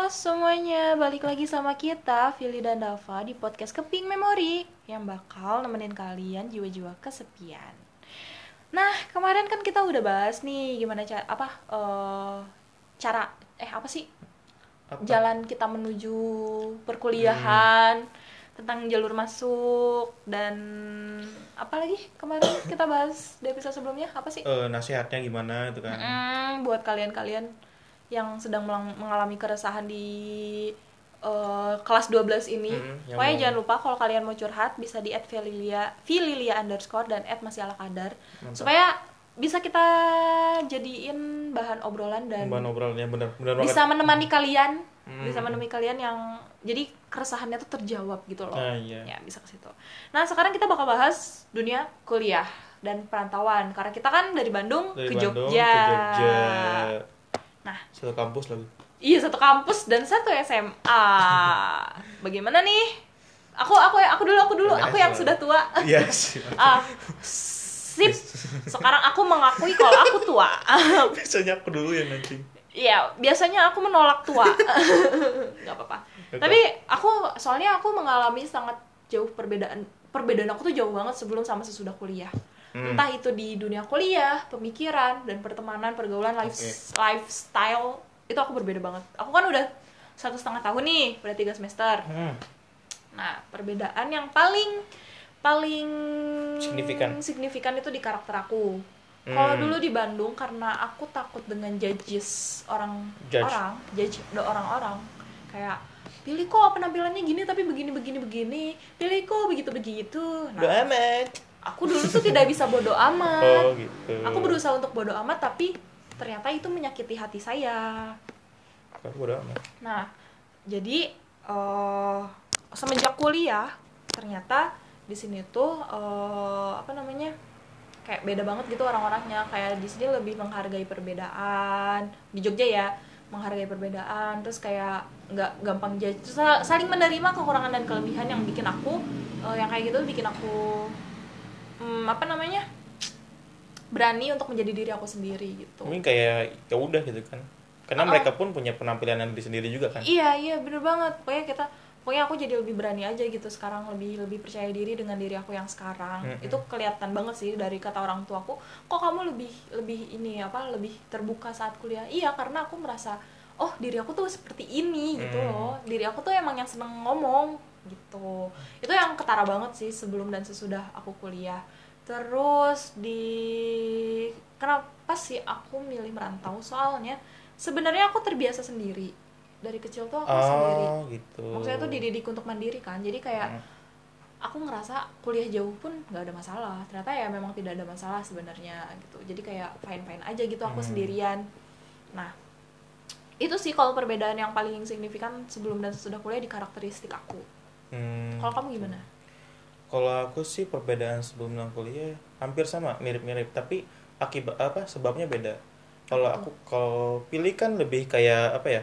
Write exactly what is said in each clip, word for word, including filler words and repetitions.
semuanya, balik lagi sama kita, Vili dan Dava di podcast Keping Memori yang bakal nemenin kalian jiwa-jiwa kesepian. Nah, kemarin kan kita udah bahas nih gimana cara apa uh, cara eh apa sih Apa? jalan kita menuju perkuliahan, hmm. tentang jalur masuk dan apa lagi kemarin kita bahas di episode sebelumnya apa sih? Uh, nasihatnya gimana itu kan? Hmm, buat kalian-kalian yang sedang mengalami keresahan di uh, kelas dua belas ini. Mm, pokoknya mau... jangan lupa kalau kalian mau curhat bisa di at vililia vililia underscore dan at masih ala kadar. Mantap. Supaya bisa kita jadiin bahan obrolan dan bahan obrolannya bener, bener bisa banget. menemani kalian, mm. bisa menemani kalian yang jadi keresahannya tuh terjawab gitu loh. Nah, iya. Ya bisa ke situ. Nah, sekarang kita bakal bahas dunia kuliah dan perantauan karena kita kan dari Bandung, dari ke, Bandung Jogja. ke Jogja. Nah, satu kampus lagi. Iya, satu kampus dan satu S M A. Bagaimana nih? Aku aku aku dulu aku dulu aku yang sudah tua. Yes. Ah, sip. Sekarang aku mengakui kalau aku tua. Biasanya aku dulu yang nanti. Iya, biasanya aku menolak tua. Gak apa-apa. Okay. Tapi aku soalnya aku mengalami sangat jauh perbedaan. Perbedaan aku tuh jauh banget sebelum sama sesudah kuliah. Hmm. Entah itu di dunia kuliah, pemikiran, dan pertemanan, pergaulan, life, okay. lifestyle, itu aku berbeda banget. Aku kan udah satu setengah tahun nih, udah tiga semester. Hmm. Nah, perbedaan yang paling paling signifikan, signifikan itu di karakter aku. Hmm. Kalau dulu di Bandung, karena aku takut dengan judges orang Judge. orang, judge orang-orang, kayak pilih kok penampilannya gini tapi begini begini begini, pilih kok begitu begitu. Nah, bodo amat. Aku dulu tuh tidak bisa bodo amat. Oh, gitu. Aku berusaha untuk bodo amat tapi ternyata itu menyakiti hati saya. Bodo amat. Nah, jadi uh, semenjak kuliah ternyata di sini tuh uh, apa namanya kayak beda banget gitu orang-orangnya. Kayak di sini lebih menghargai perbedaan. Di Jogja ya menghargai perbedaan. Terus kayak nggak gampang judge. Saling menerima kekurangan dan kelebihan yang bikin aku uh, yang kayak gitu bikin aku Hmm, apa namanya berani untuk menjadi diri aku sendiri gitu. Mungkin kayak ya udah gitu kan, karena uh, mereka pun punya penampilan yang sendiri juga kan. Iya iya bener banget. Pokoknya kita pokoknya aku jadi lebih berani aja gitu sekarang, lebih lebih percaya diri dengan diri aku yang sekarang. Mm-hmm. Itu kelihatan banget sih dari kata orang tuaku, kok kamu lebih lebih ini apa lebih terbuka saat kuliah. Iya karena aku merasa oh diri aku tuh seperti ini gitu mm. loh. Diri aku tuh emang yang seneng ngomong gitu. Itu yang ketara banget sih sebelum dan sesudah aku kuliah. Terus di kenapa sih aku milih merantau? Soalnya sebenarnya aku terbiasa sendiri. Dari kecil tuh aku oh, sendiri. Gitu. Maksudnya tuh dididik untuk mandiri kan. Jadi kayak hmm. aku ngerasa kuliah jauh pun enggak ada masalah. Ternyata ya memang tidak ada masalah sebenarnya gitu. Jadi kayak fine-fine aja gitu aku hmm. sendirian. Nah, itu sih kalau perbedaan yang paling signifikan sebelum dan sesudah kuliah di karakteristik aku. Hmm. Kalau kamu gimana? Kalau aku sih perbedaan sebelum dan kuliah hampir sama, mirip-mirip, tapi akibat apa sebabnya beda. Kalau aku kalau pilih kan lebih kayak apa ya?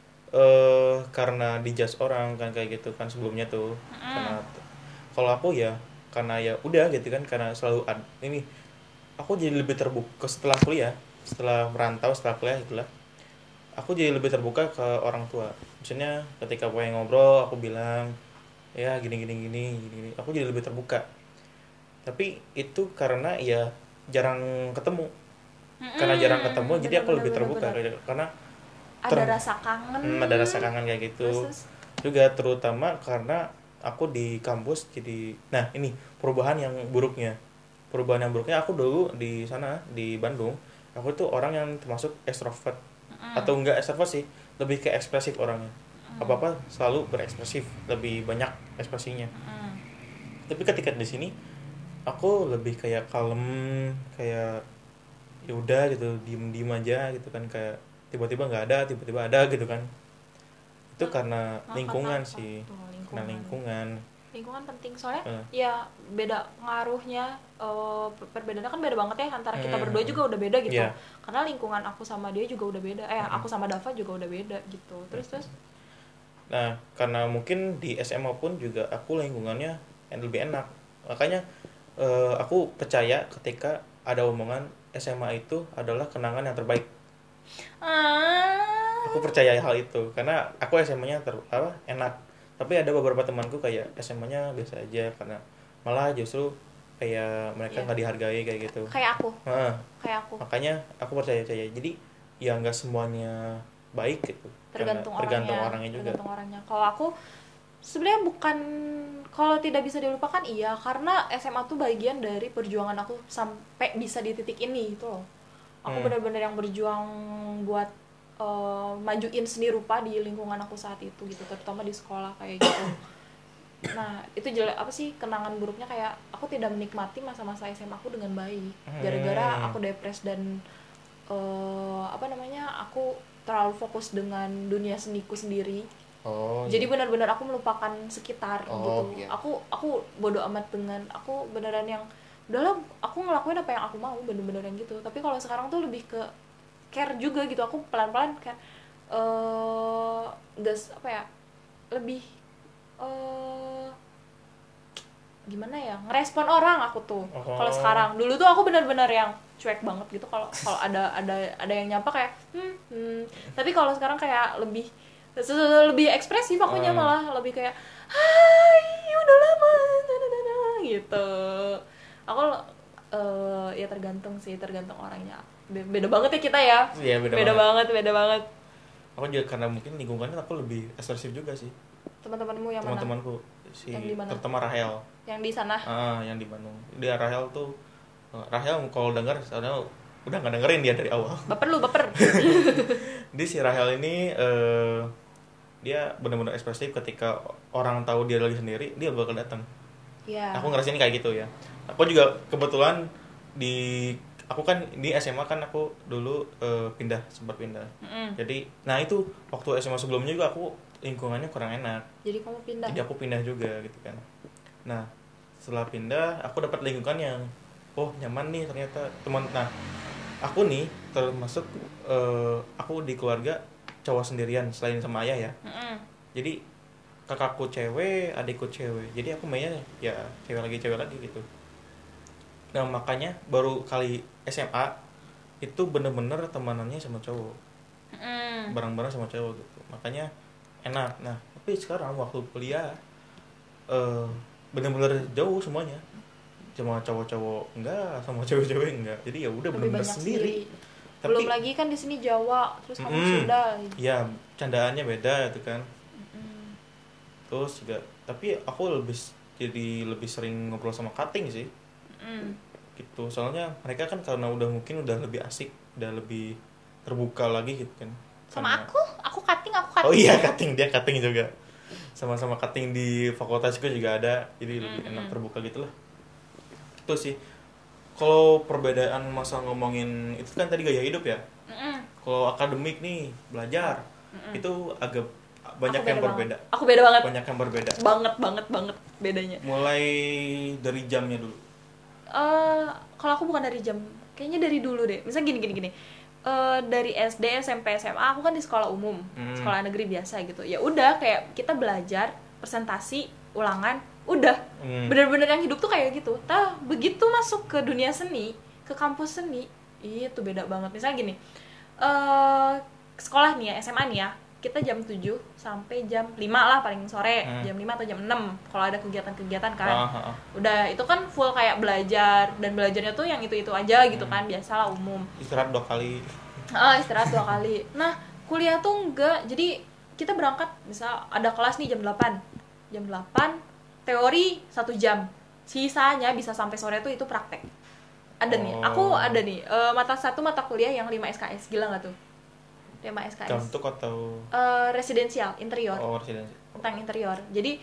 Eh karena dijudge orang kan kayak gitu kan sebelumnya tuh. Mm. Karena kalau aku ya karena ya udah gitu kan karena selalu ad, ini aku jadi lebih terbuka setelah kuliah, setelah merantau, setelah kuliah itulah. Aku jadi lebih terbuka ke orang tua. Misalnya ketika pengen ngobrol aku bilang ya gini gini gini gini aku jadi lebih terbuka, tapi itu karena ya jarang ketemu mm-hmm. karena jarang ketemu bener, jadi aku bener, lebih bener, terbuka bener. Karena ter- ada rasa kangen hmm, ada rasa kangen kayak gitu terus, terus. Juga terutama karena aku di kampus jadi nah ini perubahan yang buruknya perubahan yang buruknya aku dulu di sana di Bandung aku tuh orang yang termasuk extrovert mm-hmm. atau enggak extrovert sih, lebih ke ekspresif orangnya. Apa-apa selalu berekspresif, lebih banyak ekspresinya. Mm. Tapi ketika di sini aku lebih kayak kalem, kayak ya udah gitu, diem-diem aja gitu kan, kayak tiba-tiba nggak ada, tiba-tiba ada gitu kan. Itu hmm. karena lingkungan apa, sih, tuh, lingkungan. Karena lingkungan. Lingkungan penting soalnya uh. ya beda ngaruhnya, uh, perbedaannya kan beda banget ya antara kita hmm. berdua juga udah beda gitu. Yeah. Karena lingkungan aku sama dia juga udah beda, eh hmm. aku sama Dava juga udah beda gitu. Terus hmm. terus Nah, karena mungkin di S M A pun juga aku lingkungannya yang lebih enak. Makanya uh, aku percaya ketika ada omongan S M A itu adalah kenangan yang terbaik. Ah, aku percaya hal itu karena aku S M A-nya ter apa enak, tapi ada beberapa temanku kayak S M A-nya biasa aja karena malah justru kayak mereka nggak Iya. dihargai kayak gitu. Kayak aku, Heeh. kayak aku. Makanya aku percaya percaya jadi ya nggak semuanya baik gitu. Karena Tergantung tergantung orangnya, orangnya juga. tergantung orangnya. Kalau aku sebenarnya bukan, kalau tidak bisa dilupakan iya, karena S M A tuh bagian dari perjuangan aku sampai bisa di titik ini itu loh. Aku Hmm. benar-benar yang berjuang buat uh, majuin seni rupa di lingkungan aku saat itu gitu, terutama di sekolah kayak gitu. Nah itu jelek apa sih, kenangan buruknya kayak aku tidak menikmati masa-masa S M A aku dengan baik gara-gara Hmm. aku depres dan uh, apa namanya, aku terlalu fokus dengan dunia seniku sendiri. Oh. Jadi iya. benar-benar aku melupakan sekitar Oh, gitu. iya. Aku aku bodoh amat dengan, aku beneran yang udahlah aku ngelakuin apa yang aku mau, bener-bener yang gitu. Tapi kalau sekarang tuh lebih ke care juga gitu. Aku pelan-pelan kayak eh gas apa ya? Lebih eh gimana ya? Ngerespon orang aku tuh. Oh. Kalau sekarang, dulu tuh aku benar-benar yang cuek banget gitu kalau kalau ada ada ada yang nyapa kayak hmm, hmm. Tapi kalau sekarang kayak lebih lebih ekspresif akunya, Hmm. malah lebih kayak hai udah lama gitu. Aku uh, ya tergantung sih, tergantung orangnya. Beda banget ya kita ya. Iya, beda, beda banget. banget, beda banget. Aku juga karena mungkin lingkungannya aku lebih ekspresif juga sih. Teman-temanmu yang Teman-temanku mana? si Yang di mana? terutama Rahel. Yang di sana. Ah, yang di Bandung. Dia Rahel tuh Rahel kalau denger soalnya udah nggak dengerin dia dari awal. Baper lu, baper. Di si Rahel ini uh, dia benar-benar ekspresif, ketika orang tahu dia lagi sendiri dia bakal datang. Iya. Aku ngerasain kayak gitu ya. Aku juga kebetulan di aku kan di S M A kan aku dulu uh, pindah sempat pindah. Mm-mm. Jadi nah itu waktu S M A sebelumnya juga aku lingkungannya kurang enak. Jadi kamu pindah. Jadi aku pindah juga gitu kan. Nah setelah pindah aku dapat lingkungan yang oh nyaman nih ternyata teman. Nah aku nih termasuk uh, aku di keluarga cowok sendirian selain sama ayah ya. Mm-mm. Jadi kakakku cewek, adikku cewek. Jadi aku mainnya ya cewek lagi cewek lagi gitu. Nah makanya baru kali S M A itu bener-bener temanannya sama cowok. Mm-mm. Bareng-bareng sama cowok gitu. Makanya enak. Nah tapi sekarang waktu kuliah uh, bener-bener jauh semuanya. Cuma cowok-cowok enggak, sama cewek-cewek enggak. Jadi ya udah bener-bener sendiri. Tapi, belum lagi kan di sini Jawa, terus kamu mm, Sunda. Iya, candaannya beda itu kan. Mm-mm. Terus juga tapi aku lebih jadi lebih sering ngobrol sama cutting sih. Mm. Gitu. Soalnya mereka kan karena udah mungkin udah lebih asik, udah lebih terbuka lagi gitu kan. Sama Karena, aku, aku cutting, aku cutting. oh iya cutting, dia cutting juga. Sama-sama cutting di fakultasku juga ada, jadi lebih Mm-mm. enak terbuka gitu lah. Itu sih. Kalau perbedaan masa ngomongin itu kan tadi gaya hidup ya. Mm-mm. Kalau akademik nih belajar Mm-mm. itu agak banyak Aku yang beda berbeda. banget. Aku beda banget. Banyak yang berbeda. Banget banget banget bedanya. Mulai dari jamnya dulu. Uh, kalau aku bukan dari jam, kayaknya dari dulu deh. Misalnya gini gini gini. Uh, dari S D, S M P, S M A aku kan di sekolah umum, Hmm. sekolah negeri biasa gitu. Ya udah kayak kita belajar, presentasi, ulangan, udah. Hmm. Bener-bener yang hidup tuh kayak gitu. Tah, begitu masuk ke dunia seni, ke kampus seni, itu beda banget. Misalnya gini. Uh, sekolah nih ya, S M A nih ya. Kita jam tujuh sampai jam lima lah paling sore, Hmm. jam lima atau jam enam kalau ada kegiatan-kegiatan kan. Ah, ah, ah. Udah itu kan full kayak belajar, dan belajarnya tuh yang itu-itu aja gitu Hmm. kan, biasalah umum. Istirahat dua kali. Ah, istirahat dua kali. Nah, kuliah tuh enggak. Jadi kita berangkat misal ada kelas nih jam delapan. Jam delapan teori satu jam. Sisanya bisa sampai sore tuh itu praktek. Ada nih, aku ada nih uh, mata satu mata kuliah yang lima S K S, gila enggak tuh? lima S K S. Cantuk atau Uh, residensial, interior. oh residensi. Tentang interior. Jadi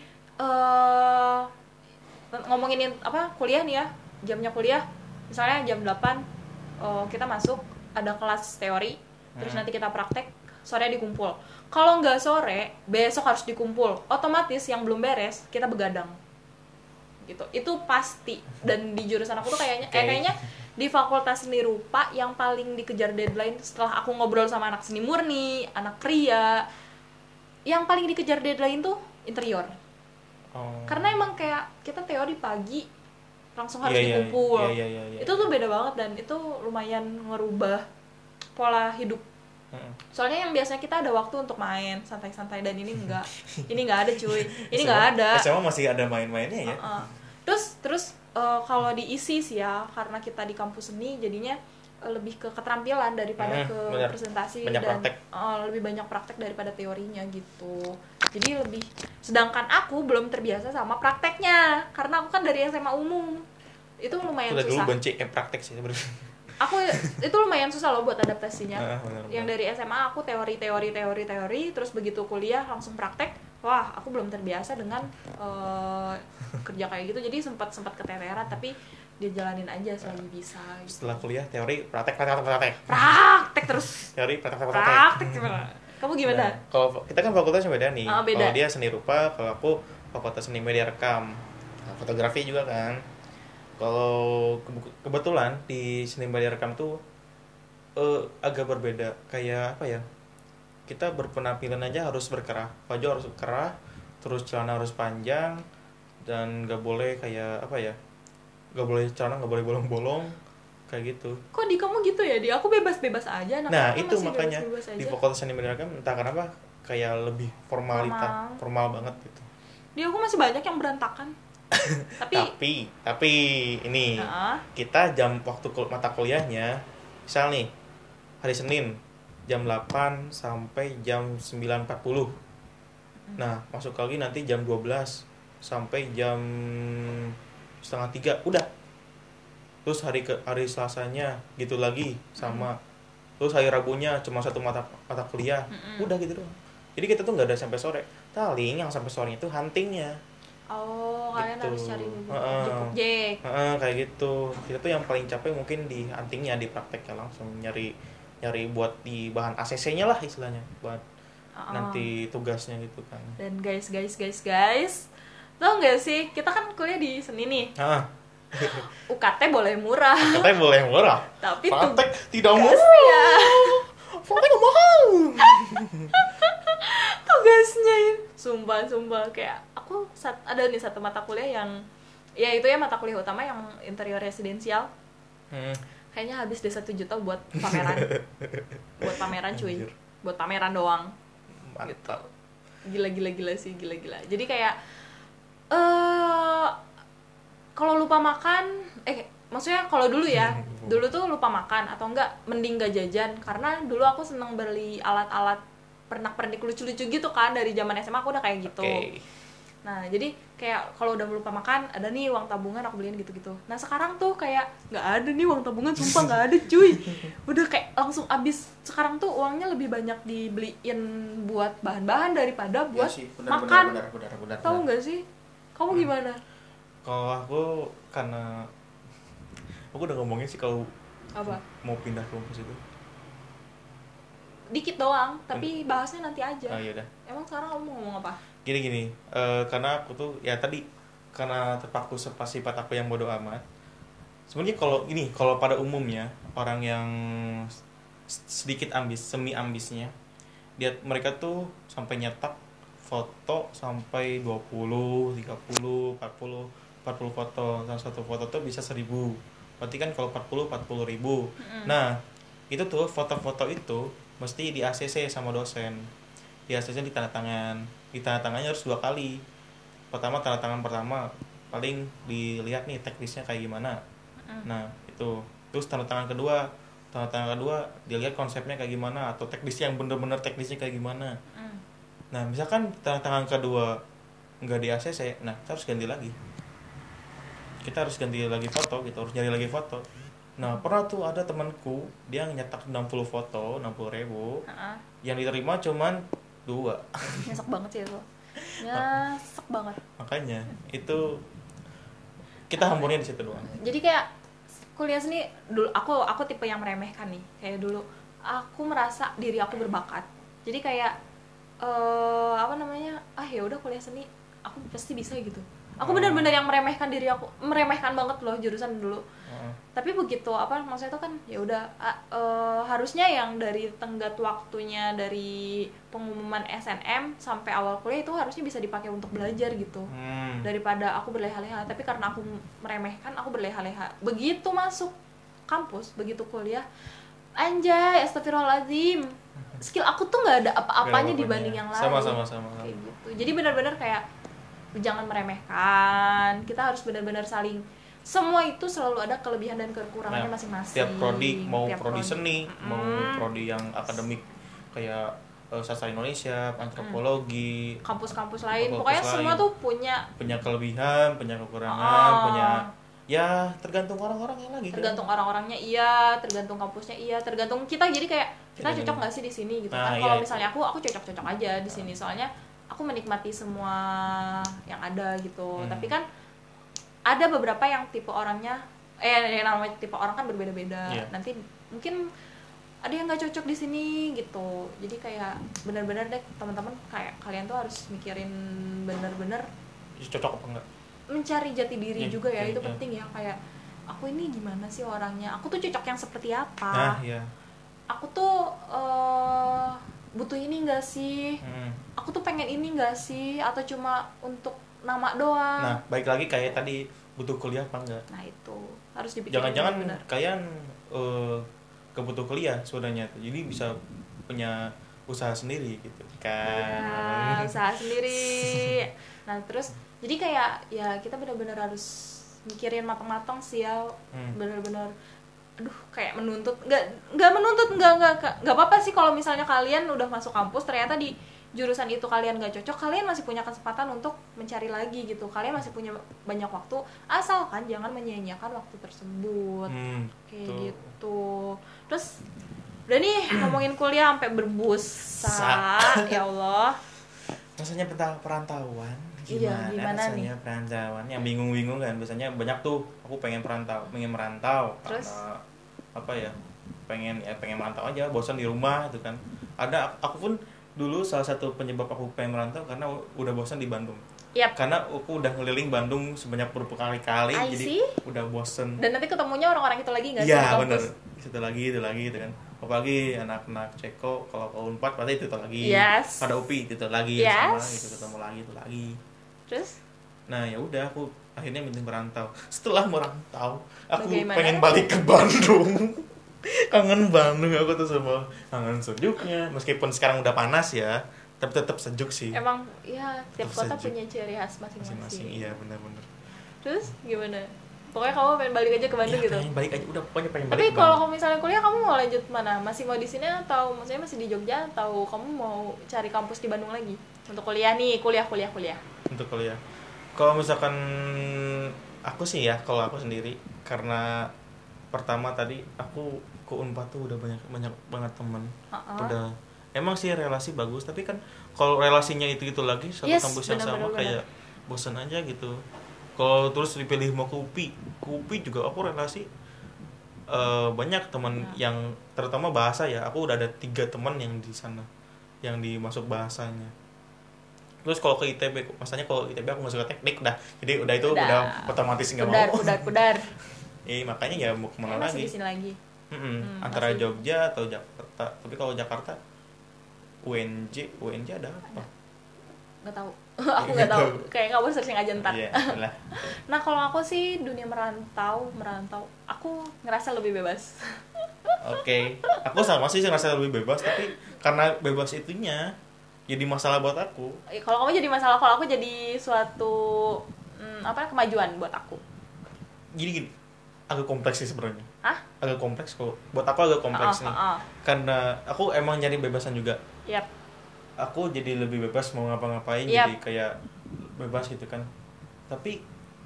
uh, ngomongin apa kuliah nih ya, jamnya kuliah misalnya jam delapan uh, kita masuk, ada kelas teori, terus Hmm. nanti kita praktek, sore dikumpul. Kalau nggak sore, besok harus dikumpul. Otomatis yang belum beres kita begadang gitu, itu pasti. Dan di jurusan aku tuh kayaknya Okay. eh, kayaknya di fakultas seni rupa yang paling dikejar deadline, setelah aku ngobrol sama anak seni murni, anak kria, yang paling dikejar deadline tuh interior. Oh. Karena emang kayak kita teori pagi langsung harus Iya, iya, dikumpul. iya, iya, iya, iya. Itu tuh beda banget, dan itu lumayan ngerubah pola hidup Soalnya yang biasanya kita ada waktu untuk main santai-santai, dan ini enggak. Ini enggak ada cuy. Ini enggak ada. S M A masih ada main-mainnya ya. Uh-uh. Terus terus uh, kalau diisi sih ya, karena kita di kampus seni jadinya uh, lebih ke keterampilan daripada hmm, ke bener. presentasi, banyak dan uh, lebih banyak praktek daripada teorinya gitu. Jadi lebih, sedangkan aku belum terbiasa sama prakteknya karena aku kan dari S M A umum. Itu lumayan Udah susah. Dulu benci eh, praktek sih sebenarnya. Aku itu lumayan susah loh buat adaptasinya. Uh, bener, bener. Yang dari S M A aku teori teori teori teori, terus begitu kuliah langsung praktek. Wah, aku belum terbiasa dengan uh, kerja kayak gitu. Jadi sempat sempat keteteran, tapi dijalanin aja selagi bisa. Gitu. Setelah kuliah teori praktek praktek praktek. Praktek terus. Teori praktek praktek. Praktek gimana? Kamu gimana? Nah, kalau kita kan fakultasnya beda nih. Oh, beda. Kalau dia seni rupa, kalau aku fakultas seni media rekam. Nah, fotografi juga kan. Kalau kebetulan di seni media rekam tuh uh, agak berbeda. Kayak apa ya? Kita berpenampilan aja harus berkerah, baju harus kerah, terus celana harus panjang, dan gak boleh kayak apa ya? Gak boleh celana gak boleh bolong-bolong, kayak gitu. Kok di kamu gitu ya? Di aku bebas-bebas aja. Nah itu makanya di fakultas seni media rekam entah kenapa kayak lebih formalita, formal. formal banget gitu. Di aku masih banyak yang berantakan. tapi tapi tapi ini uh-huh. kita jam waktu kul- mata kuliahnya misal nih hari Senin jam delapan sampai jam sembilan empat puluh. Uh-huh. Nah masuk lagi nanti jam dua belas sampai jam setengah tiga udah. Terus hari ke hari Selasanya gitu lagi sama. Uh-huh. Terus hari Rabunya cuma satu mata mata kuliah. Uh-huh. Udah gitu doang. Jadi kita tuh nggak ada sampai sore. Paling yang sampai sorenya itu huntingnya. Oh, gitu. Kalian harus cari uh, jek. Uh, kayak gitu. Kita tuh yang paling capek mungkin di huntingnya, di prakteknya langsung nyari nyari buat di bahan A C C-nya lah istilahnya, buat uh-uh. nanti tugasnya gitu kan. Dan guys, guys, guys, guys, tau nggak sih kita kan kuliah di seni nih. Uh. U K T boleh murah. U K T boleh murah. Tapi praktek tidak murah. Ya. Praktek mahal. Tugasnya sumpah sumpah kayak aku sat, ada nih satu mata kuliah yang ya itu ya mata kuliah utama yang interior residensial. Hmm. Kayaknya habis deh satu juta buat pameran. buat pameran cuy. Anjir. Buat pameran doang. Mantap. Gitu. Gila gila gila sih, gila gila. Jadi kayak eh uh, kalau lupa makan eh maksudnya kalau dulu ya, dulu tuh lupa makan atau enggak mending gak jajan karena dulu aku seneng beli alat-alat pernak-pernik lucu-lucu gitu kan dari zaman S M A aku udah kayak gitu. Okay. Nah jadi kayak kalau udah lupa makan ada nih uang tabungan aku beliin gitu-gitu. Nah sekarang tuh kayak nggak ada nih uang tabungan, sumpah nggak ada cuy. Udah kayak langsung abis. Sekarang tuh uangnya lebih banyak dibeliin buat bahan-bahan daripada buat ya sih, benar, makan. Benar, benar, benar, benar, tahu nggak sih? Kamu hmm. gimana? Kalau aku karena aku udah ngomongin sih kalau apa? Mau pindah ke kampus itu. Dikit doang, tapi bahasnya nanti aja. Oh, iya dah. Emang sekarang kamu mau ngomong apa? Gini-gini, uh, karena aku tuh ya tadi karena terpaku sifat aku yang bodoh amat. Sebenarnya kalau ini, kalau pada umumnya orang yang sedikit ambis, semi ambisnya, dia mereka tuh sampai nyetak foto sampai dua puluh, tiga puluh, empat puluh, empat puluh foto. Dan satu foto tuh bisa seribu. Berarti kan kalau empat puluh, empat puluh ribu. Mm-hmm. Nah, itu tuh foto-foto itu mesti di A C C sama dosen. Di A C C ditandatangan. Ditandatangannya harus dua kali. Pertama tanda tangan pertama paling dilihat nih teknisnya kayak gimana. Mm. Nah, itu. Terus tanda tangan kedua, tanda tangan kedua dilihat konsepnya kayak gimana atau teknisnya yang bener-bener teknisnya kayak gimana. Mm. Nah, misalkan tanda tangan kedua enggak di A C C, nah kita harus ganti lagi. Kita harus ganti lagi foto, kita harus nyari lagi foto. Nah, pernah tuh ada temanku, dia nyetak enam puluh foto, enam puluh ribu. Uh-huh. Yang diterima cuman dua. Nyesek banget sih itu. Nyesek banget. Makanya, itu kita hamburnya di situ doang. Jadi kayak kuliah seni dulu aku aku tipe yang meremehkan nih. Kayak dulu aku merasa diri aku berbakat. Jadi kayak uh, apa namanya? Ah, ya udah kuliah seni, aku pasti bisa gitu. Aku benar-benar yang meremehkan diri aku, meremehkan banget loh jurusan dulu. Uh. Tapi begitu apa maksudnya itu kan ya udah uh, harusnya yang dari tenggat waktunya dari pengumuman S N M sampai awal kuliah itu harusnya bisa dipakai untuk belajar gitu. Hmm. Daripada aku berleha-leha, tapi karena aku meremehkan, aku berleha-leha. Begitu masuk kampus, begitu kuliah, anjay, astagfirullahaladzim. skill aku tuh nggak ada apa-apanya Nggak dibanding yang apa-apanya. lain. Sama-sama sama. Kayak gitu. Jadi benar-benar kayak jangan meremehkan. Kita harus benar-benar saling, semua itu selalu ada kelebihan dan kekurangannya Nah, masing-masing. tiap prodi, mau Tiap prodi prodi. seni, Mm. mau prodi yang akademik kayak eh, sastra Indonesia, antropologi, Kampus-kampus lain, Kampus pokoknya lain. semua tuh punya punya kelebihan, punya kekurangan, Oh. punya ya tergantung orang-orangnya lagi. kan. tergantung orang-orangnya, iya, tergantung kampusnya, iya, tergantung kita. Jadi kayak kita Tergantung. cocok nggak sih di sini gitu Nah, kan. iya, Kalau itu. misalnya aku aku cocok-cocok aja di sini, soalnya aku menikmati semua yang ada gitu. Hmm. Tapi kan ada beberapa yang tipe orangnya, eh yang namanya tipe orang kan berbeda-beda. Iya. Nanti mungkin ada yang nggak cocok di sini gitu. Jadi kayak benar-benar deh teman-teman, kayak kalian tuh harus mikirin benar-benar Cocok apa enggak? mencari jati diri Iya, juga ya. iya, Itu iya. penting ya, kayak aku ini gimana sih orangnya, aku tuh cocok yang seperti apa, Nah, iya. aku tuh eh, butuh ini enggak sih, Hmm. aku tuh pengen ini enggak sih, atau cuma untuk nama doang. Nah, baik lagi kayak tadi, butuh kuliah apa enggak? Nah, itu harus dipikirin Jangan-jangan benar. kalian eh gak butuh kuliah sebenarnya tuh. Jadi bisa punya usaha sendiri gitu Ya, kan. usaha sendiri. Nah, terus jadi kayak ya kita benar-benar harus mikirin matang-matang sih ya. Hmm. Benar-benar aduh kayak menuntut, nggak nggak menuntut, nggak nggak nggak apa-apa sih kalau misalnya kalian udah masuk kampus ternyata di jurusan itu kalian nggak cocok, kalian masih punya kesempatan untuk mencari lagi gitu, kalian masih punya banyak waktu, asalkan jangan menyia-nyiakan waktu tersebut. Hmm, Kayak tuh. gitu. Terus udah nih ngomongin kuliah sampai berbusa. Sa- Ya Allah. Rasanya peta- perantauan Iya, gimana, gimana rasanya perantauan yang bingung-bingung kan. Biasanya banyak tuh aku pengen perantau pengen merantau Terus? karena apa ya, pengen ya pengen merantau aja, bosan di rumah itu kan. Ada, aku pun dulu salah satu penyebab aku pengen merantau karena udah bosan di Bandung. Yap. Karena aku udah ngeliling Bandung sebanyak berkali-kali, I jadi see. udah bosen. Dan nanti ketemunya orang-orang itu lagi nggak sih di Iya kampus? bener, itu lagi itu lagi itu kan. Apalagi anak-anak Ceko, kalau ke Unpad pasti itu lagi. Yes. Ada U P I itu lagi Yes. sama gitu, ketemu lagi itu lagi. Terus Nah ya udah, aku akhirnya milih merantau. Setelah merantau, aku Bagaimana? pengen balik ke Bandung. Kangen Bandung aku tuh, sama kangen sejuknya. Meskipun sekarang udah panas ya, tapi tetap sejuk sih. emang ya tiap Tetap kota sejuk. punya ciri khas Masing-masing, masing-masing. iya benar-benar. Terus gimana? Pokoknya kamu pengen balik aja ke Bandung Iya, gitu. pengen balik aja, udah pokoknya pengen balik Tapi ke kalau Bandung. kamu misalnya kuliah, kamu mau lanjut mana? Masih mau di sini atau maksudnya masih di Jogja, atau kamu mau cari kampus di Bandung lagi untuk kuliah nih, kuliah kuliah kuliah? Untuk kuliah, kalau misalkan aku sih ya, kalau aku sendiri, karena pertama tadi aku ke Unpad tuh udah banyak banyak banget temen. Uh-uh. Udah emang sih relasi bagus, tapi kan kalau relasinya itu itu lagi satu Yes, kampus yang benar, sama, benar, kayak bosan aja gitu. Kalau terus dipilih mau ke U P I, ke U P I juga aku relasi eh, banyak teman Nah. yang terutama bahasa ya. Aku udah ada tiga teman yang di sana, yang dimasuk bahasanya. Terus kalau ke I T B, masanya kalau I T B aku masuk ke teknik dah, jadi udah itu udah, Udah. otomatis nggak Pudar, mau. pudar, pudar. Eh makanya ya mau kemana Eh, masih lagi? di sini lagi. Mm-mm, Hmm, antara masih. Jogja atau Jakarta. Tapi kalau Jakarta U N J, U N J ada apa? Nggak tahu. Aku nggak tahu. Kayak kamu searching aja ntar. Iya, lah. Nah, kalau aku sih dunia merantau, merantau, aku ngerasa lebih bebas. Oke, aku sama sih ngerasa lebih bebas, tapi karena bebas itunya jadi masalah buat aku. Eh, Kalau kamu jadi masalah, kalau aku jadi suatu hmm, apa kemajuan buat aku. Jadi gini, agak kompleks sih sebenarnya. Hah? Agak kompleks kok. Buat aku agak kompleks Ah, nih. ah, ah. Karena aku emang nyari bebasan juga. Yap. Aku jadi lebih bebas mau ngapa-ngapain, Yap. jadi kayak bebas gitu kan. Tapi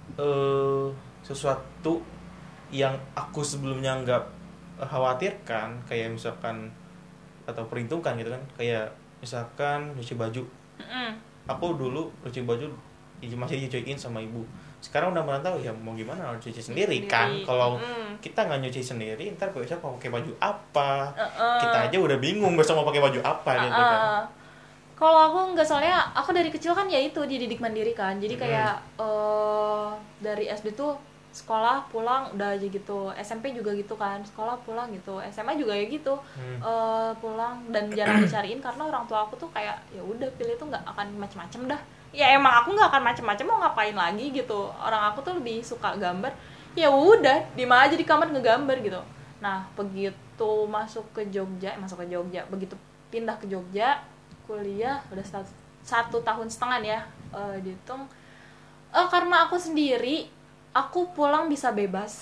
eh sesuatu yang aku sebelumnya nggak khawatirkan, kayak misalkan atau perhitungkan gitu kan, kayak misalkan nyuci baju. Mm-mm. Aku dulu nyuci baju masih dicuciin sama ibu. Sekarang udah merantau ya mau gimana, harus cuci sendiri, Sendiri. kan. Kalau Mm. kita nggak nyuci sendiri, ntar besok mau pakai baju apa? Uh-uh. Kita aja udah bingung besok mau pakai baju apa gitu kan. Uh-uh. Kalau aku nggak, soalnya aku dari kecil kan ya itu dididik mandiri kan, jadi Hmm. kayak eh, dari S D tuh sekolah pulang udah aja gitu, S M P juga gitu kan, sekolah pulang gitu, S M A juga ya gitu. Hmm. Eh, pulang dan jarang dicariin karena orang tua aku tuh kayak ya udah pilih tuh nggak akan macem-macem dah. Ya emang aku nggak akan macem-macem, mau ngapain lagi gitu. Orang aku tuh lebih suka gambar, ya udah diem aja di kamar ngegambar gitu. Nah begitu masuk ke Jogja, eh, masuk ke Jogja begitu pindah ke Jogja, kuliah udah satu, satu tahun setengah ya, uh, dihitung. Uh, karena aku sendiri, aku pulang bisa bebas.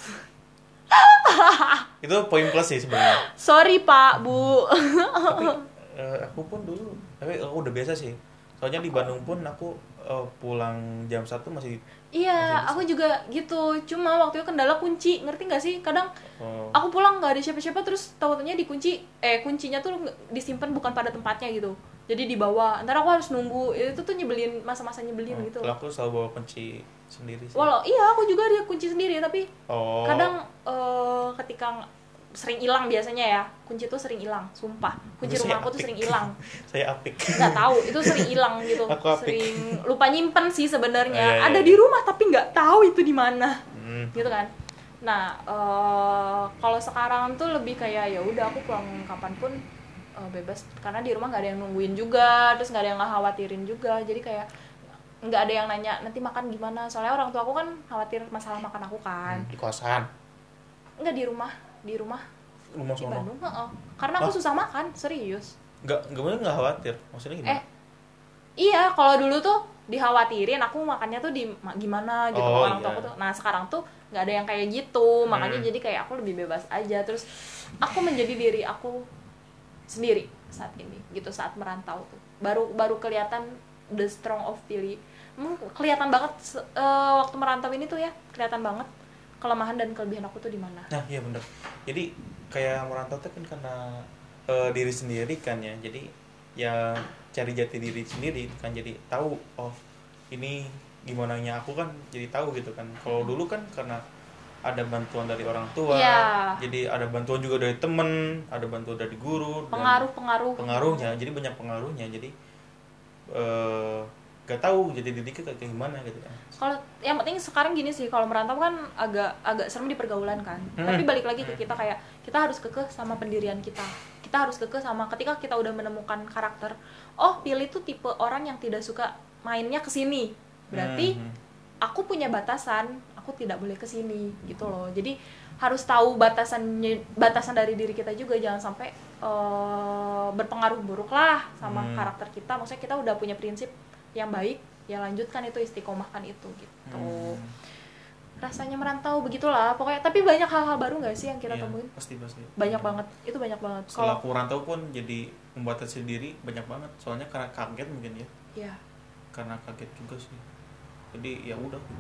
Itu poin plus sih sebenarnya. Sorry Pak, Bu. Tapi uh, aku pun dulu, tapi aku udah biasa sih. Soalnya di Bandung pun aku uh, pulang jam satu masih. Iya, masih aku juga gitu. Cuma waktu itu kendala kunci, ngerti nggak sih? Kadang oh. aku pulang nggak ada siapa-siapa, terus tahu-taunya dikunci, eh kuncinya tuh disimpan bukan pada tempatnya gitu. Jadi dibawa. Ntar aku harus nunggu. Itu tuh nyebelin, masa-masa nyebelin oh, gitu. Kalau aku selalu bawa kunci sendiri sih. Walau iya, aku juga dia kunci sendiri, tapi oh. kadang uh, ketika sering hilang biasanya ya, kunci tuh sering hilang, sumpah. Kunci Itu rumah aku tuh sering hilang. Saya apik. Nggak tahu, itu sering hilang gitu. Aku apik. Sering lupa nyimpen sih sebenarnya. Oh, iya, iya, Ada iya. di rumah tapi nggak tahu itu di mana. Hmm. Gitu kan. Nah, uh, kalau sekarang tuh lebih kayak ya udah aku pulang kapanpun uh, bebas, karena di rumah nggak ada yang nungguin juga, terus nggak ada yang ngekhawatirin juga. Jadi kayak nggak ada yang nanya nanti makan gimana. Soalnya orang tua aku kan khawatir masalah makan aku kan. Di kosan. Nggak, di rumah, di rumah. Rumah Di sono. Bandung, heeh. Karena aku Oh. susah makan, serius. Enggak, enggak bener enggak khawatir. Maksudnya gimana? Eh, iya, kalau dulu tuh dikhawatirin aku makannya tuh di ma- gimana gitu Oh, orang tua iya. aku tuh. Nah, sekarang tuh nggak ada yang kayak gitu. Makanya Hmm. jadi kayak aku lebih bebas aja. Terus aku menjadi diri aku sendiri saat ini gitu, saat merantau tuh. Baru baru kelihatan the strong of Pilih. Hmm, kelihatan banget se- eh, waktu merantau ini tuh ya, kelihatan banget kelemahan dan kelebihan aku tuh di mana. Nah, iya bener. Jadi kayak merantau tuh kan karena uh, diri sendiri kan ya. Jadi ya cari jati diri sendiri kan, jadi tahu oh ini gimana nya aku kan jadi tahu gitu kan. Kalau dulu kan karena ada bantuan dari orang tua, Iya. jadi ada bantuan juga dari temen, ada bantuan dari guru, dan Pengaruh-pengaruh. pengaruhnya, jadi banyak pengaruhnya. Jadi uh, gak tahu jadi diri kita kayak gimana gitu kan. Kalau yang penting sekarang gini sih, kalau merantau kan agak agak serem di pergaulan kan. Hmm. Tapi balik lagi ke kita, kayak kita harus kekeh sama pendirian kita. Kita harus kekeh sama ketika kita udah menemukan karakter. Oh, Pilih tuh tipe orang yang tidak suka mainnya ke sini. Berarti Hmm. aku punya batasan, aku tidak boleh ke sini gitu loh. Jadi harus tahu batasannya, batasan dari diri kita juga, jangan sampai uh, berpengaruh buruk lah sama Hmm. karakter kita. Maksudnya kita udah punya prinsip yang baik, ya lanjutkan itu, istiqomahkan itu gitu. Hmm. Rasanya merantau begitulah pokoknya. Tapi banyak hal-hal baru nggak sih yang kita Iya, temuin? pasti pasti Banyak banget, itu banyak banget. Setelah Kalau aku rantau pun jadi membatasi diri banyak banget, soalnya karena kaget mungkin ya, ya karena kaget juga sih, jadi ya udah gitu.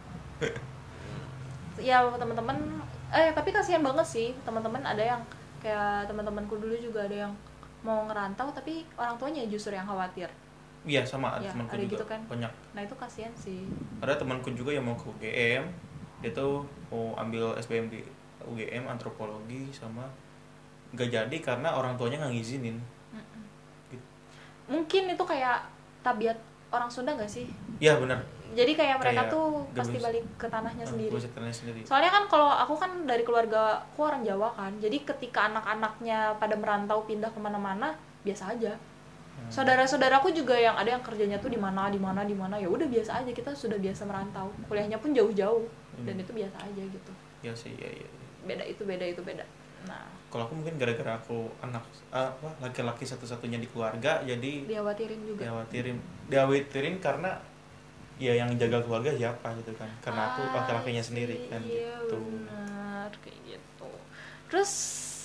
ya teman-teman, eh tapi kasihan banget sih teman-teman, ada yang kayak teman-temanku dulu juga ada yang mau ngerantau tapi orang tuanya justru yang khawatir. Iya sama, ada Ya, temanku ada juga gitu kan. banyak. Nah itu kasihan sih. Ada temanku juga yang mau ke U G M, dia tuh mau ambil S B M di U G M antropologi, sama nggak jadi karena orang tuanya nggak ngizinin. Mm-mm. Gitu. Mungkin itu kayak tabiat orang Sunda nggak sih? Iya benar. Jadi kayak mereka Kayak tuh nggak pasti bisa- balik ke tanahnya sendiri. Gue setelahnya sendiri. Soalnya kan kalau aku kan dari keluarga aku orang Jawa kan, jadi ketika anak-anaknya pada merantau pindah kemana-mana biasa aja. Hmm. Saudara-saudaraku juga yang ada yang kerjanya tuh di mana di mana di mana, ya udah biasa aja, kita sudah biasa merantau, kuliahnya pun jauh-jauh dan Hmm. itu biasa aja gitu. Ya sih, ya ya. ya. Beda itu beda itu beda. Nah, Kalau aku mungkin gara-gara aku anak apa laki-laki satu-satunya di keluarga, jadi dikhawatirin juga. dikhawatirin dikhawatirin karena ya yang jaga keluarga siapa gitu kan, karena aku Ah, laki-lakinya sendiri kan iya, gitu. benar kayak gitu. Terus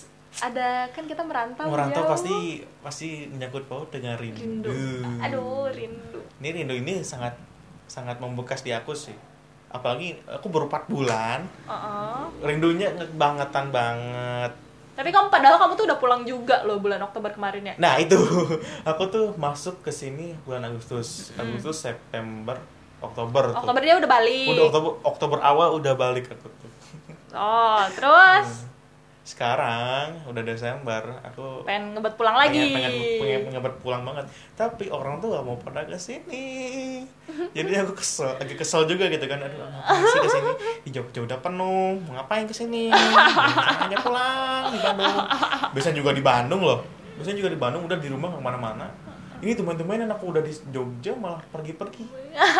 ada kan kita merantau Merantau jauh. pasti pasti menyangkut paut dengan rindu. Rindu. Aduh, rindu. Ini rindu ini sangat sangat membekas di aku sih. Apalagi aku baru empat bulan, Uh-uh. rindunya bangetan banget. Tapi kamu padahal kamu tuh udah pulang juga loh bulan Oktober kemarin ya. Nah itu aku tuh masuk ke sini bulan Agustus, Agustus, September, Oktober. tuh. Oktober dia udah balik. Udah Oktober, Oktober awal udah balik aku tuh. Oh, terus Sekarang udah Desember, aku pengen ngebet pulang lagi. pengen pengen pengen ngebet pulang banget. Tapi orang tuh gak mau pada ke sini. Jadi aku kesel, lagi kesel juga gitu kan. Aduh, ngapain sih ke sini? Di Jogja udah penuh, mau ngapain ke sini? Hanya pulang di Bandung. Biasanya juga di Bandung loh. Biasanya juga di Bandung, udah di rumah nggak kemana-mana. Ini teman-teman aku udah di Jogja malah pergi-pergi.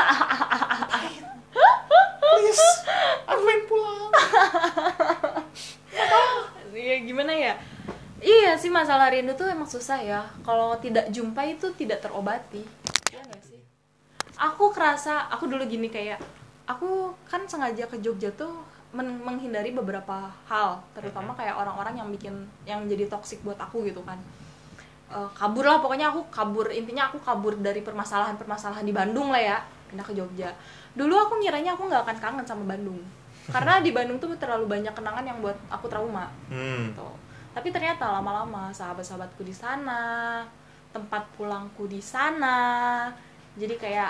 Ngapain? Please, aku pengen pulang. Ya gimana ya? Iya sih, masalah rindu tuh emang susah ya. Kalau tidak jumpa itu tidak terobati. Iya nggak sih? Aku kerasa, aku dulu gini kayak, aku kan sengaja ke Jogja tuh men- menghindari beberapa hal, terutama kayak orang-orang yang bikin, yang jadi toksik buat aku gitu kan. Eh, kabur lah, pokoknya aku kabur, intinya aku kabur dari permasalahan-permasalahan di Bandung lah ya, pindah ke Jogja. Dulu aku ngiranya aku nggak akan kangen sama Bandung, karena di Bandung tuh terlalu banyak kenangan yang buat aku trauma. Hmm. Gitu. Tapi ternyata lama-lama sahabat-sahabatku di sana, tempat pulangku di sana, jadi kayak,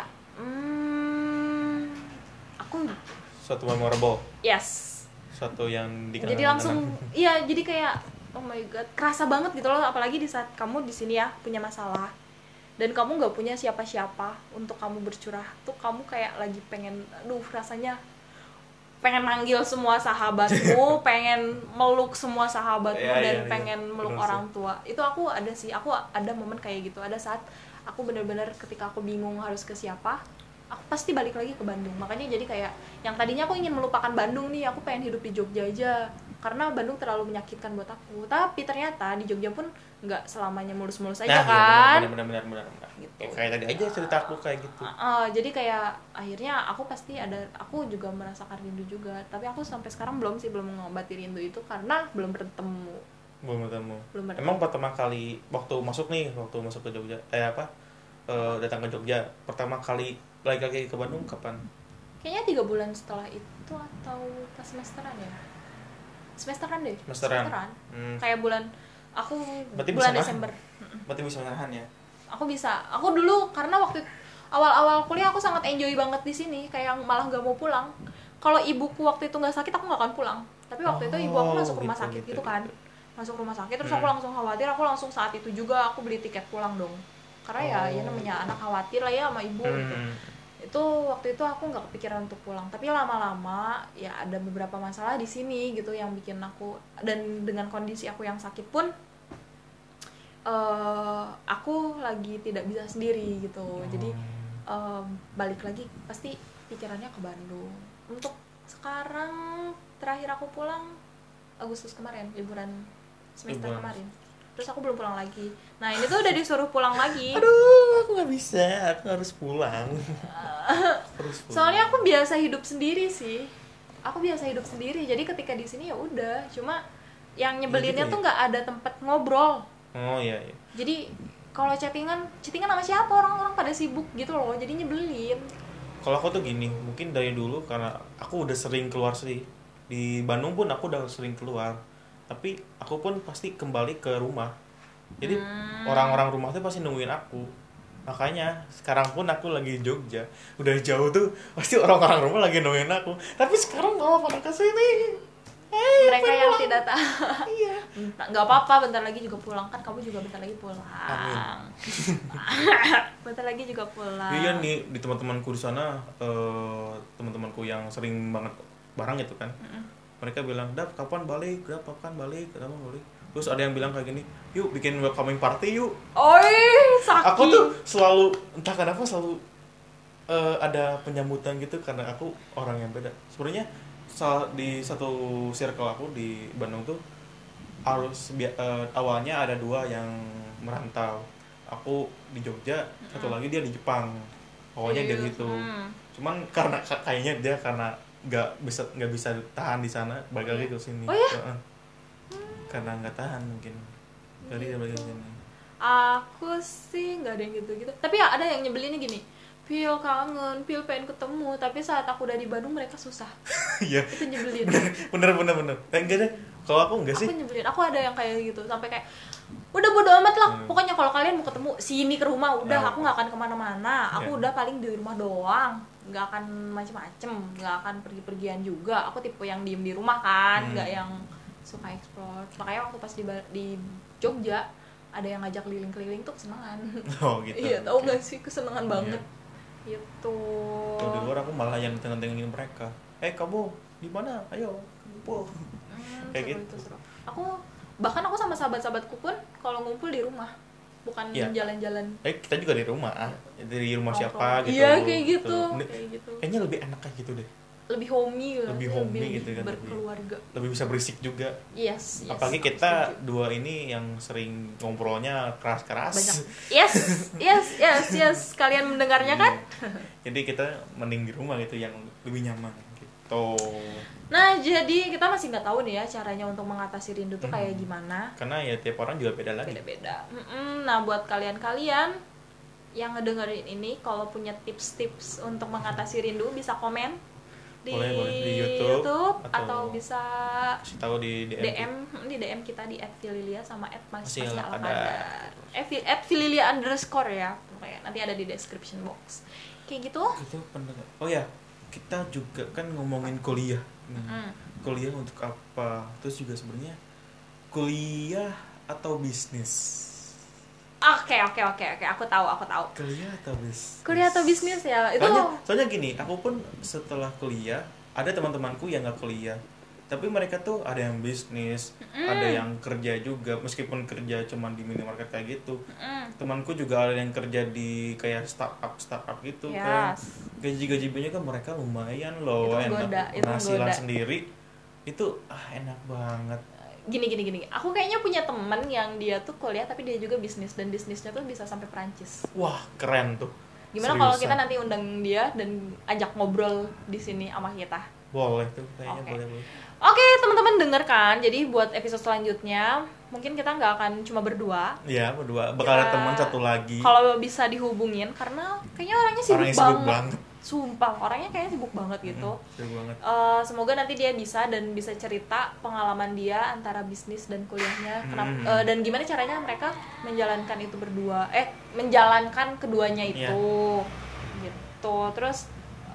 hmm, aku Suatu memorable, yes. suatu yang dikenang. Jadi langsung, iya, jadi kayak, oh my god, kerasa banget gitu loh, apalagi di saat kamu di sini ya punya masalah dan kamu nggak punya siapa-siapa untuk kamu bercurah, tuh kamu kayak lagi pengen, aduh rasanya pengen manggil semua sahabatmu, pengen meluk semua sahabatmu, Iya, dan iya, iya. pengen meluk Bener orang tua. Itu aku ada sih, aku ada momen kayak gitu. Ada saat aku bener-bener ketika aku bingung harus ke siapa, aku pasti balik lagi ke Bandung. Makanya jadi kayak, yang tadinya aku ingin melupakan Bandung nih, aku pengen hidup di Jogja aja, karena Bandung terlalu menyakitkan buat aku. Tapi ternyata di Jogja pun nggak selamanya mulus-mulus aja Nah, kan. iya, benar benar benar benar. Gitu. Ya, kayak tadi aja cerita aku kayak gitu. Uh, jadi kayak akhirnya aku pasti ada, aku juga merasakan rindu juga, tapi aku sampai sekarang belum sih, belum mengobati rindu itu karena belum bertemu. Belum ketemu. Belum bertemu. Emang pertama kali waktu masuk nih, waktu masuk ke Jogja, eh apa? Eh, datang ke Jogja, pertama kali lagi-lagi ke Bandung kapan? Kayaknya tiga bulan setelah itu atau pas semesteran ya? Semesteran deh. Semesteran. Hmm. Kayak bulan aku Berarti bulan bisa Desember. nahan. Berarti bisa nahan ya? Aku bisa. Aku dulu karena waktu awal-awal kuliah aku sangat enjoy banget di sini, kayak malah nggak mau pulang. Kalau ibuku waktu itu nggak sakit, aku nggak akan pulang. Tapi waktu Oh, itu ibu aku masuk rumah gitu, sakit gitu, gitu kan, gitu. masuk rumah sakit, terus Hmm. aku langsung khawatir. Aku langsung saat itu juga aku beli tiket pulang dong, karena ya Oh. ya namanya anak khawatir lah ya sama ibu gitu. Hmm. Itu waktu itu aku nggak kepikiran untuk pulang, tapi lama-lama ya ada beberapa masalah di sini gitu yang bikin aku, dan dengan kondisi aku yang sakit pun uh, aku lagi tidak bisa sendiri gitu. Oh. Jadi um, balik lagi pasti pikirannya ke Bandung. Untuk sekarang terakhir aku pulang Agustus kemarin, liburan semester Liburan. kemarin. Terus aku belum pulang lagi. Nah ini tuh udah disuruh pulang lagi. Aduh, aku nggak bisa, aku harus pulang. Harus pulang. Soalnya aku biasa hidup sendiri sih. Aku biasa hidup sendiri. Jadi ketika di sini ya udah. Cuma yang nyebelinnya Ya gitu ya? tuh nggak ada tempat ngobrol. Oh iya iya. Jadi kalau chattingan, chattingan sama siapa, orang-orang pada sibuk gitu loh. Jadi nyebelin. Kalau aku tuh gini, mungkin dari dulu karena aku udah sering keluar sih. Di Bandung pun aku udah sering keluar. Tapi aku pun pasti kembali ke rumah. Jadi Hmm. orang-orang rumah tuh pasti nungguin aku. Makanya sekarang pun aku lagi di Jogja. Udah jauh tuh pasti orang-orang rumah lagi nungguin aku. Tapi sekarang malah pada kesini. Hey, Mereka yang tidak tahu. Iya. Nggak apa-apa, bentar lagi juga pulang kan. Kamu juga bentar lagi pulang. Amin. Bentar lagi juga pulang. Iya nih di teman-temanku di sana, eh, teman-temanku yang sering banget bareng gitu kan. Mm-mm. Mereka bilang, "Dap, kapan balik? Dap, kapan balik? Kapan balik?" Terus ada yang bilang kayak gini, "Yuk bikin welcoming party yuk." Oi, sakit. Aku tuh selalu entah kenapa selalu eh, ada penyambutan gitu karena aku orang yang beda. Sebenarnya sa- di satu circle aku di Bandung tuh harus bi- eh, awalnya ada dua yang merantau. Aku di Jogja, satu lagi dia di Jepang. Awalnya dia Iya. gitu. Hmm. Cuman karena kayaknya dia karena nggak bisa nggak bisa tahan di sana, balik lagi ke sini. Oh ya? Heeh. Karena nggak tahan mungkin. Jadi dia balik ke sini. Aku sih nggak ada yang gitu-gitu. Tapi ya ada yang nyebelinnya gini. Pil kangen, Pil pengen ketemu. Tapi saat aku udah di Bandung mereka susah. Iya. Itu nyebelin. bener bener bener. Eh, enggak deh. Kalau aku enggak sih. Aku nyebelin. Aku ada yang kayak gitu. Sampai kayak udah bodo amat lah. Hmm. Pokoknya kalau kalian mau ketemu sini ke rumah udah. Nah, Aku nggak akan kemana-mana. Aku Ya. udah paling di rumah doang. Nggak akan macem-macem. Nggak akan pergi-pergian juga. Aku tipe yang diem di rumah kan. Hmm. Nggak yang suka explore. Makanya waktu pas di Ba- di Jogja ada yang ngajak keliling-keliling tuh kesenangan. Oh gitu. Iya, tau Oke. gak sih, kesenangan banget. Gitu. Tuh di luar aku malah yang tengah-tengahin mereka. Eh kamu di mana? Ayo kumpul. Hmm, Kayak seru gitu. itu, seru. Aku bahkan aku sama sahabat-sahabatku pun kalau ngumpul di rumah, bukan Iya. jalan-jalan. Eh kita juga di rumah. Di rumah siapa Nongkrong. gitu. Iya, kayak gitu. Ini- Kayak gitu. Kayaknya lebih enak kayak gitu deh. lebih homey lah, lebih homey gitu kan, berkeluarga, lebih, lebih bisa berisik juga. Yes, yes. Apalagi kita setuju. Dua ini yang sering ngobrolnya keras-keras. Banyak. Yes, yes, yes, yes. Kalian mendengarnya kan? Jadi kita mending di rumah gitu yang lebih nyaman gitu. Nah, jadi kita masih nggak tahu nih ya caranya untuk mengatasi rindu tuh kayak gimana. Karena ya tiap orang juga beda lagi. Beda-beda. Mm-mm. Nah, buat kalian-kalian yang ngedengerin ini, kalau punya tips-tips untuk mengatasi rindu bisa komen di, boleh, boleh. Di YouTube, YouTube atau, atau bisa kasih tahu di D M, D M di D M kita di et fililia sama et masih ala kadar et fililia underscore ya, pokoknya nanti ada di description box kayak gitu. Gitu pendengar. Oh ya, kita juga kan ngomongin kuliah. Hmm. Mm. Kuliah untuk apa? Terus juga sebenarnya kuliah atau bisnis? Oke oke oke oke, aku tahu aku tahu. Kuliah atau bisnis? Kuliah atau bisnis ya itu. Soalnya, soalnya gini, aku pun setelah kuliah ada teman-temanku yang nggak kuliah, tapi mereka tuh ada yang bisnis, mm. ada yang kerja juga, meskipun kerja cuman di minimarket kayak gitu. Mm. Temanku juga ada yang kerja di kayak startup startup gitu. Yes. Kan gaji-gajinya kan mereka lumayan loh, itu enak, goda, penghasilan sendiri itu ah enak banget. Gini gini gini, aku kayaknya punya temen yang dia tuh kuliah tapi dia juga bisnis, dan bisnisnya tuh bisa sampai Perancis. Wah keren tuh. Gimana kalau kita nanti undang dia dan ajak ngobrol di sini sama kita? Boleh tuh, kayaknya okay. boleh boleh. Oke okay, teman-teman dengarkan. Jadi buat episode selanjutnya mungkin kita nggak akan cuma berdua. Iya berdua. Bakal ada teman satu lagi. Kalau bisa dihubungin, karena kayaknya orangnya sibuk, orangnya banget. sibuk banget. Sumpah orangnya kayaknya sibuk banget gitu. Mm-hmm, sibuk banget. Uh, semoga nanti dia bisa dan bisa cerita pengalaman dia antara bisnis dan kuliahnya. Kenapa, mm-hmm. uh, dan gimana caranya mereka menjalankan itu berdua. Eh menjalankan keduanya itu. Yeah. Gitu. Terus.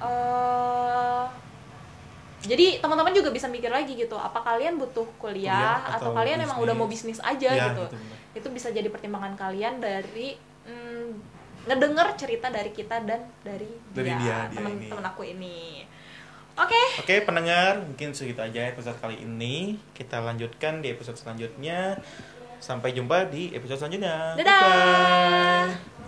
Uh, Jadi teman-teman juga bisa mikir lagi gitu, apa kalian butuh kuliah, kuliah atau, atau kalian bisnis. Emang udah mau bisnis aja ya, gitu. Gitu. Itu bisa jadi pertimbangan kalian dari mm, ngedenger cerita dari kita dan dari, dari dia, dia teman-teman aku ini. Oke. Okay. Oke, okay, pendengar, mungkin segitu aja episode kali ini. Kita lanjutkan di episode selanjutnya. Sampai jumpa di episode selanjutnya. Dadah. Bye-bye.